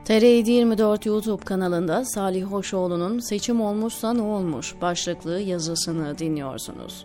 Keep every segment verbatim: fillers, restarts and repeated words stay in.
T R yedi yirmi dört YouTube kanalında Salih Hoşoğlu'nun "Seçim olmuşsa ne olmuş?" başlıklı yazısını dinliyorsunuz.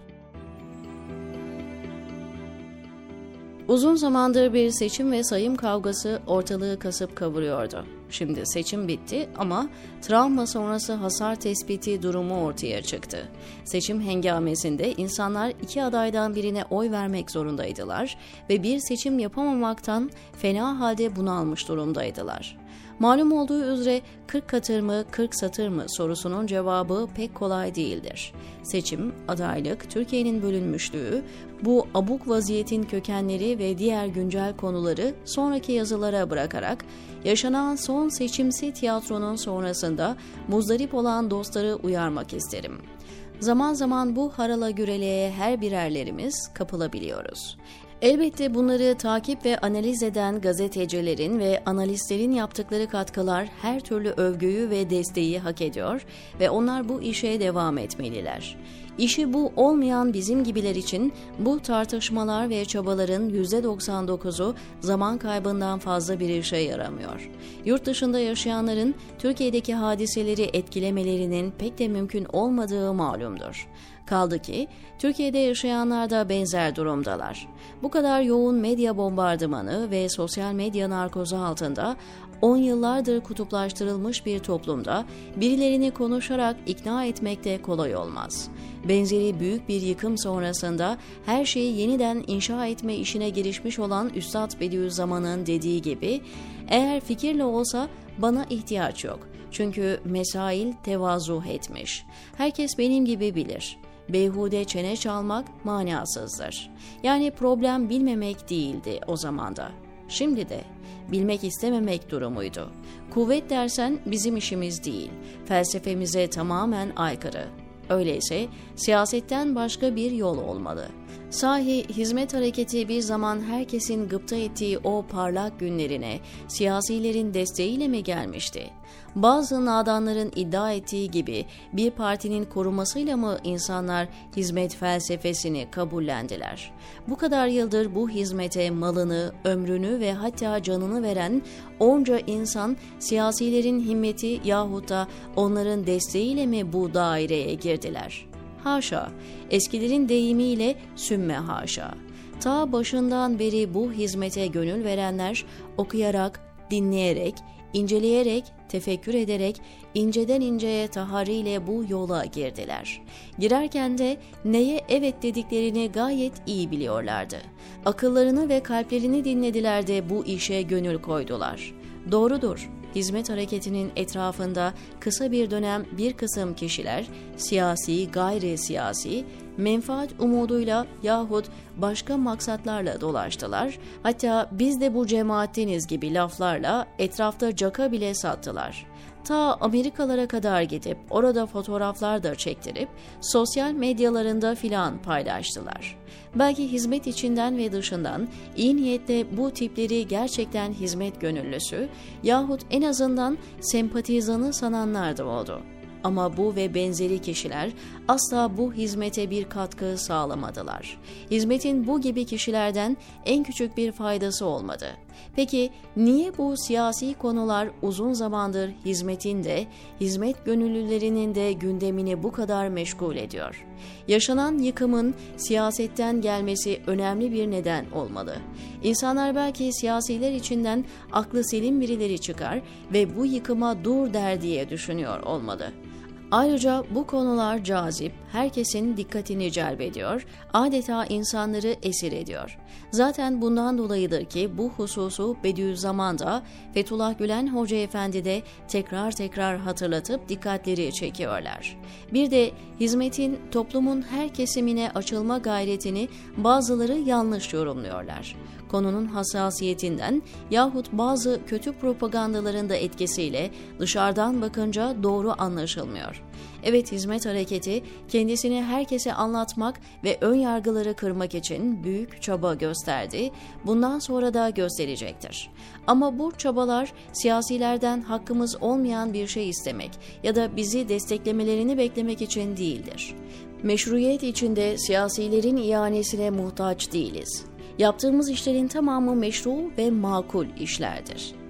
Uzun zamandır bir seçim ve sayım kavgası ortalığı kasıp kavuruyordu. Şimdi seçim bitti ama travma sonrası hasar tespiti durumu ortaya çıktı. Seçim hengamesinde insanlar iki adaydan birine oy vermek zorundaydılar ve bir seçim yapamamaktan fena halde bunalmış durumdaydılar. Malum olduğu üzere kırk katır mı kırk satır mı sorusunun cevabı pek kolay değildir. Seçim, adaylık, Türkiye'nin bölünmüşlüğü, bu abuk vaziyetin kökenleri ve diğer güncel konuları sonraki yazılara bırakarak yaşanan son seçimsi tiyatronun sonrasında muzdarip olan dostları uyarmak isterim. Zaman zaman bu harala güreleye her birerlerimiz kapılabiliyoruz. Elbette bunları takip ve analiz eden gazetecilerin ve analistlerin yaptıkları katkılar her türlü övgüyü ve desteği hak ediyor ve onlar bu işe devam etmeliler. İşi bu olmayan bizim gibiler için bu tartışmalar ve çabaların yüzde doksan dokuzu zaman kaybından fazla bir işe yaramıyor. Yurt dışında yaşayanların Türkiye'deki hadiseleri etkilemelerinin pek de mümkün olmadığı malumdur. Kaldı ki Türkiye'de yaşayanlar da benzer durumdalar. Bu kadar yoğun medya bombardımanı ve sosyal medya narkozu altında on yıllardır kutuplaştırılmış bir toplumda birilerini konuşarak ikna etmek de kolay olmaz. Benzeri büyük bir yıkım sonrasında her şeyi yeniden inşa etme işine girişmiş olan Üstad Bediüzzaman'ın dediği gibi, eğer fikirle olsa bana ihtiyaç yok. Çünkü mesail tevazu etmiş. Herkes benim gibi bilir. Beyhude çene çalmak manasızdır. Yani problem bilmemek değildi o zamanda. Şimdi de bilmek istememek durumuydu. Kuvvet dersen bizim işimiz değil. Felsefemize tamamen aykırı. Öyleyse siyasetten başka bir yol olmalı. Sahi hizmet hareketi bir zaman herkesin gıpta ettiği o parlak günlerine siyasilerin desteğiyle mi gelmişti? Bazı nadanların iddia ettiği gibi bir partinin korumasıyla mı insanlar hizmet felsefesini kabullendiler? Bu kadar yıldır bu hizmete malını, ömrünü ve hatta canını veren onca insan siyasilerin himmeti yahut da onların desteğiyle mi bu daireye girdiler? Haşa, eskilerin deyimiyle sümme haşa. Ta başından beri bu hizmete gönül verenler okuyarak, dinleyerek, inceleyerek, tefekkür ederek, inceden inceye tahariyle bu yola girdiler. Girerken de neye evet dediklerini gayet iyi biliyorlardı. Akıllarını ve kalplerini dinlediler de bu işe gönül koydular. Doğrudur. Hizmet hareketinin etrafında kısa bir dönem bir kısım kişiler siyasi, gayri siyasi, menfaat umuduyla yahut başka maksatlarla dolaştılar. Hatta biz de bu cemaatteniz gibi laflarla etrafta caka bile sattılar. Ta Amerikalara kadar gidip orada fotoğraflar da çektirip sosyal medyalarında filan paylaştılar. Belki hizmet içinden ve dışından iyi niyetle bu tipleri gerçekten hizmet gönüllüsü yahut en azından sempatizanı sananlar da oldu. Ama bu ve benzeri kişiler asla bu hizmete bir katkı sağlamadılar. Hizmetin bu gibi kişilerden en küçük bir faydası olmadı. Peki niye bu siyasi konular uzun zamandır hizmetin de, hizmet gönüllülerinin de gündemini bu kadar meşgul ediyor? Yaşanan yıkımın siyasetten gelmesi önemli bir neden olmalı. İnsanlar belki siyasiler içinden aklı selim birileri çıkar ve bu yıkıma dur der diye düşünüyor olmalı. Ayrıca bu konular cazip, herkesin dikkatini celbediyor, adeta insanları esir ediyor. Zaten bundan dolayıdır ki bu hususu Bediüzzaman da Fethullah Gülen Hoca Efendi de tekrar tekrar hatırlatıp dikkatleri çekiyorlar. Bir de hizmetin toplumun her kesimine açılma gayretini bazıları yanlış yorumluyorlar. Konunun hassasiyetinden yahut bazı kötü propagandaların da etkisiyle dışarıdan bakınca doğru anlaşılmıyor. Evet, hizmet hareketi kendisini herkese anlatmak ve ön yargıları kırmak için büyük çaba gösterdi. Bundan sonra da gösterecektir. Ama bu çabalar siyasilerden hakkımız olmayan bir şey istemek ya da bizi desteklemelerini beklemek için değildir. Meşruiyet içinde siyasilerin ihanesine muhtaç değiliz. Yaptığımız işlerin tamamı meşru ve makul işlerdir.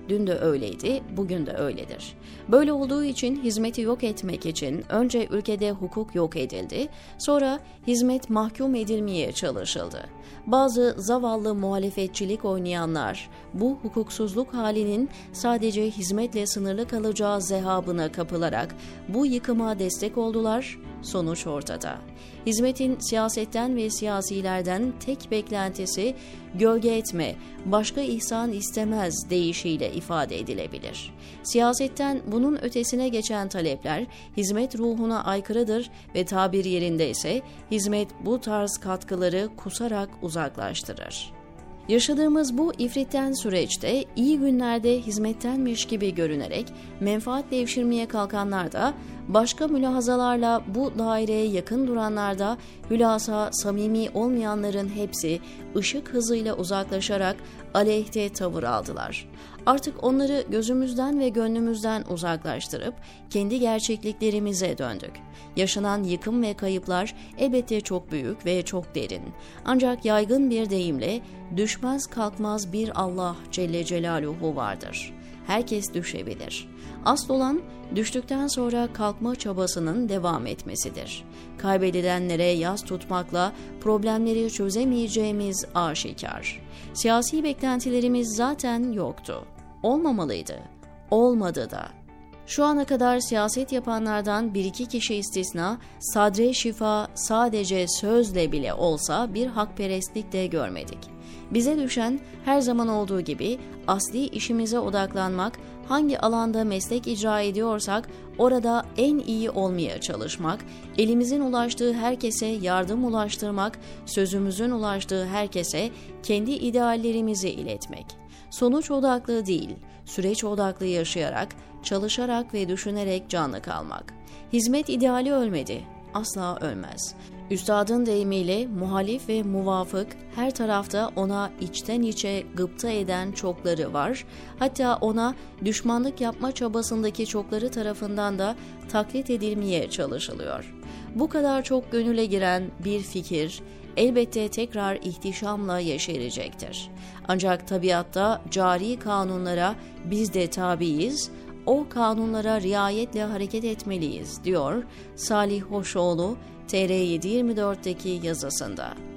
Dün de öyleydi, bugün de öyledir. Böyle olduğu için hizmeti yok etmek için önce ülkede hukuk yok edildi, sonra hizmet mahkum edilmeye çalışıldı. Bazı zavallı muhalefetçilik oynayanlar bu hukuksuzluk halinin sadece hizmetle sınırlı kalacağı zehabına kapılarak bu yıkıma destek oldular. Sonuç ortada. Hizmetin siyasetten ve siyasilerden tek beklentisi gölge etme, başka ihsan istemez deyişiyle ifade edilebilir. Siyasetten bunun ötesine geçen talepler hizmet ruhuna aykırıdır ve tabir yerinde ise hizmet bu tarz katkıları kusarak uzaklaştırır. Yaşadığımız bu ifritten süreçte iyi günlerde hizmettenmiş gibi görünerek menfaat devşirmeye kalkanlar da, başka mülahazalarla bu daireye yakın duranlar da, hülasa samimi olmayanların hepsi ışık hızıyla uzaklaşarak aleyhte tavır aldılar. Artık onları gözümüzden ve gönlümüzden uzaklaştırıp kendi gerçekliklerimize döndük. Yaşanan yıkım ve kayıplar elbette çok büyük ve çok derin. Ancak yaygın bir deyimle düşmez kalkmaz bir Allah Celle Celaluhu vardır. Herkes düşebilir. Asıl olan düştükten sonra kalkma çabasının devam etmesidir. Kaybedilenlere yas tutmakla problemleri çözemeyeceğimiz aşikar. Siyasi beklentilerimiz zaten yoktu. Olmamalıydı. Olmadı da. Şu ana kadar siyaset yapanlardan bir iki kişi istisna, sadre şifa sadece sözle bile olsa bir hakperestlik de görmedik. Bize düşen her zaman olduğu gibi asli işimize odaklanmak, hangi alanda meslek icra ediyorsak orada en iyi olmaya çalışmak, elimizin ulaştığı herkese yardım ulaştırmak, sözümüzün ulaştığı herkese kendi ideallerimizi iletmek. Sonuç odaklı değil, süreç odaklı yaşayarak, çalışarak ve düşünerek canlı kalmak. Hizmet ideali ölmedi, asla ölmez. Üstadın deyimiyle muhalif ve muvafık her tarafta ona içten içe gıpta eden çokları var. Hatta ona düşmanlık yapma çabasındaki çokları tarafından da taklit edilmeye çalışılıyor. Bu kadar çok gönüle giren bir fikir elbette tekrar ihtişamla yeşerecektir. Ancak tabiatta cari kanunlara biz de tabiiz, o kanunlara riayetle hareket etmeliyiz, diyor Salih Hoşoğlu T R yedi yirmi dört'teki yazısında.